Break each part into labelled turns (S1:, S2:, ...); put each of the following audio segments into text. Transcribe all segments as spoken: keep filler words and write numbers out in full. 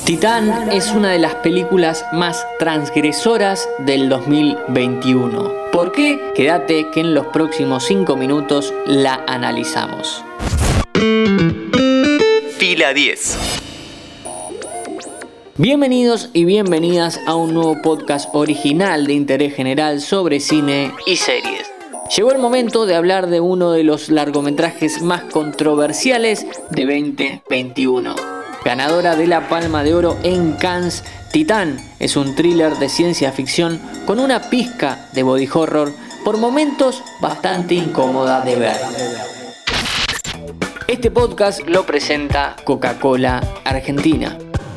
S1: Titán es una de las películas más transgresoras del dos mil veintiuno. ¿Por qué? Quédate que en los próximos cinco minutos la analizamos.
S2: Fila diez.
S1: Bienvenidos y bienvenidas a un nuevo podcast original de interés general sobre cine y series. Llegó el momento de hablar de uno de los largometrajes más controversiales de veinte veintiuno. Ganadora de la Palma de Oro en Cannes, Titán es un thriller de ciencia ficción con una pizca de body horror, por momentos bastante incómoda de ver. Este podcast lo presenta Coca-Cola Argentina.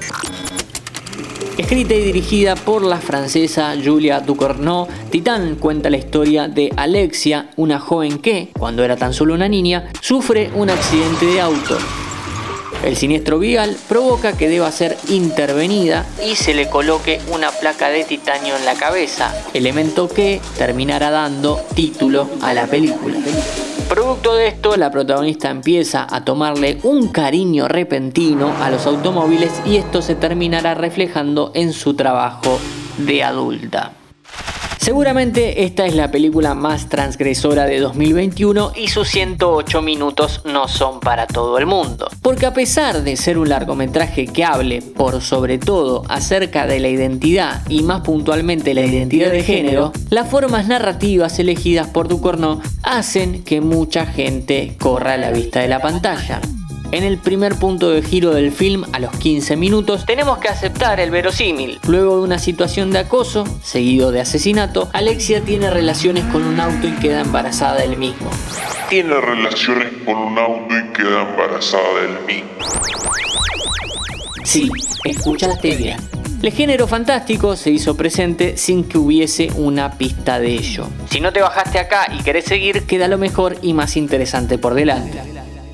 S1: Escrita y dirigida por la francesa Julia Ducournau, Titán cuenta la historia de Alexia, una joven que, cuando era tan solo una niña, sufre un accidente de auto. El siniestro vial provoca que deba ser intervenida y se le coloque una placa de titanio en la cabeza, elemento que terminará dando título a la película. Producto de esto, la protagonista empieza a tomarle un cariño repentino a los automóviles y esto se terminará reflejando en su trabajo de adulta. Seguramente esta es la película más transgresora de dos mil veintiuno y sus ciento ocho minutos no son para todo el mundo. Porque a pesar de ser un largometraje que hable, por sobre todo, acerca de la identidad y más puntualmente la identidad de género, las formas narrativas elegidas por Ducournau hacen que mucha gente corra a la vista de la pantalla. En el primer punto de giro del film, a los quince minutos, tenemos que aceptar el verosímil. Luego de una situación de acoso, seguido de asesinato, Alexia tiene relaciones con un auto y queda embarazada del mismo.
S3: Tiene relaciones con un auto y queda embarazada del mismo.
S1: Sí, escuchaste bien. El género fantástico se hizo presente sin que hubiese una pista de ello. Si no te bajaste acá y querés seguir, queda lo mejor y más interesante por delante.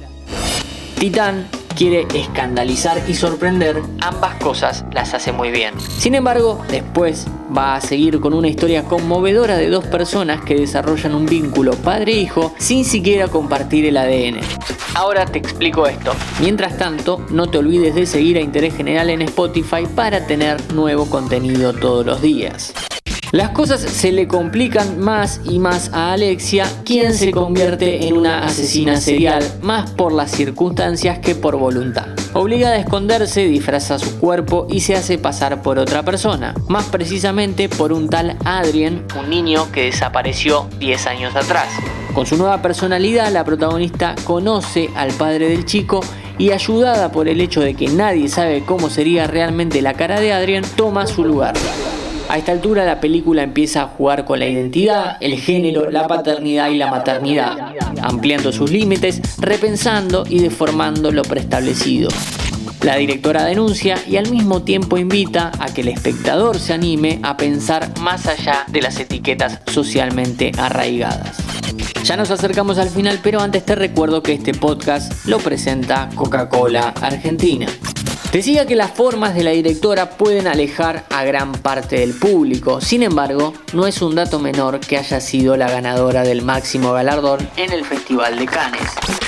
S1: Titán quiere escandalizar y sorprender, ambas cosas las hace muy bien. Sin embargo, después va a seguir con una historia conmovedora de dos personas que desarrollan un vínculo padre-hijo sin siquiera compartir el A D N. Ahora te explico esto. Mientras tanto, no te olvides de seguir a Interés General en Spotify para tener nuevo contenido todos los días. Las cosas se le complican más y más a Alexia, quien se convierte en una asesina serial, más por las circunstancias que por voluntad. Obligada a esconderse, disfraza su cuerpo y se hace pasar por otra persona, más precisamente por un tal Adrien, un niño que desapareció diez años atrás. Con su nueva personalidad, la protagonista conoce al padre del chico y, ayudada por el hecho de que nadie sabe cómo sería realmente la cara de Adrien, toma su lugar. A esta altura la película empieza a jugar con la identidad, el género, la paternidad y la maternidad, ampliando sus límites, repensando y deformando lo preestablecido. La directora denuncia y al mismo tiempo invita a que el espectador se anime a pensar más allá de las etiquetas socialmente arraigadas. Ya nos acercamos al final, pero antes te recuerdo que este podcast lo presenta Coca-Cola Argentina. Decía que las formas de la directora pueden alejar a gran parte del público, sin embargo, no es un dato menor que haya sido la ganadora del máximo galardón en el Festival de Cannes.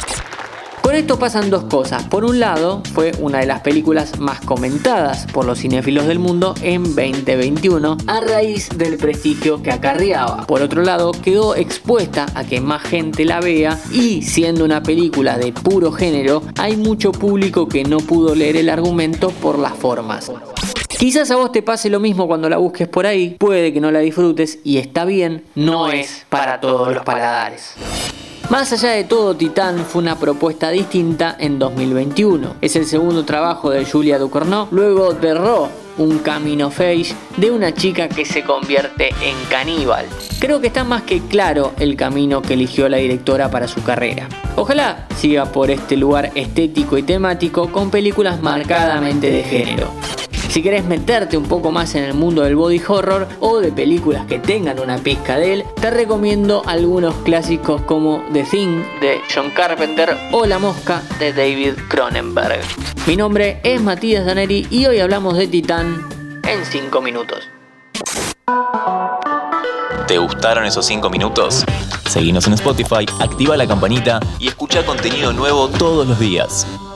S1: Con esto pasan dos cosas. Por un lado, fue una de las películas más comentadas por los cinéfilos del mundo en veinte veintiuno a raíz del prestigio que acarreaba. Por otro lado, quedó expuesta a que más gente la vea y, siendo una película de puro género, hay mucho público que no pudo leer el argumento por las formas. Quizás a vos te pase lo mismo cuando la busques por ahí, puede que no la disfrutes y está bien, no es para todos los paladares. Más allá de todo, Titán fue una propuesta distinta en dos mil veintiuno. Es el segundo trabajo de Julia Ducournau, luego de Raw, un coming of age de una chica que se convierte en caníbal. Creo que está más que claro el camino que eligió la directora para su carrera. Ojalá siga por este lugar estético y temático con películas marcadamente de género. Si querés meterte un poco más en el mundo del body horror o de películas que tengan una pizca de él, te recomiendo algunos clásicos como The Thing de John Carpenter o La Mosca de David Cronenberg. Mi nombre es Matías Daneri y hoy hablamos de Titán en cinco minutos.
S2: ¿Te gustaron esos cinco minutos? Seguinos en Spotify, activa la campanita y escucha contenido nuevo todos los días.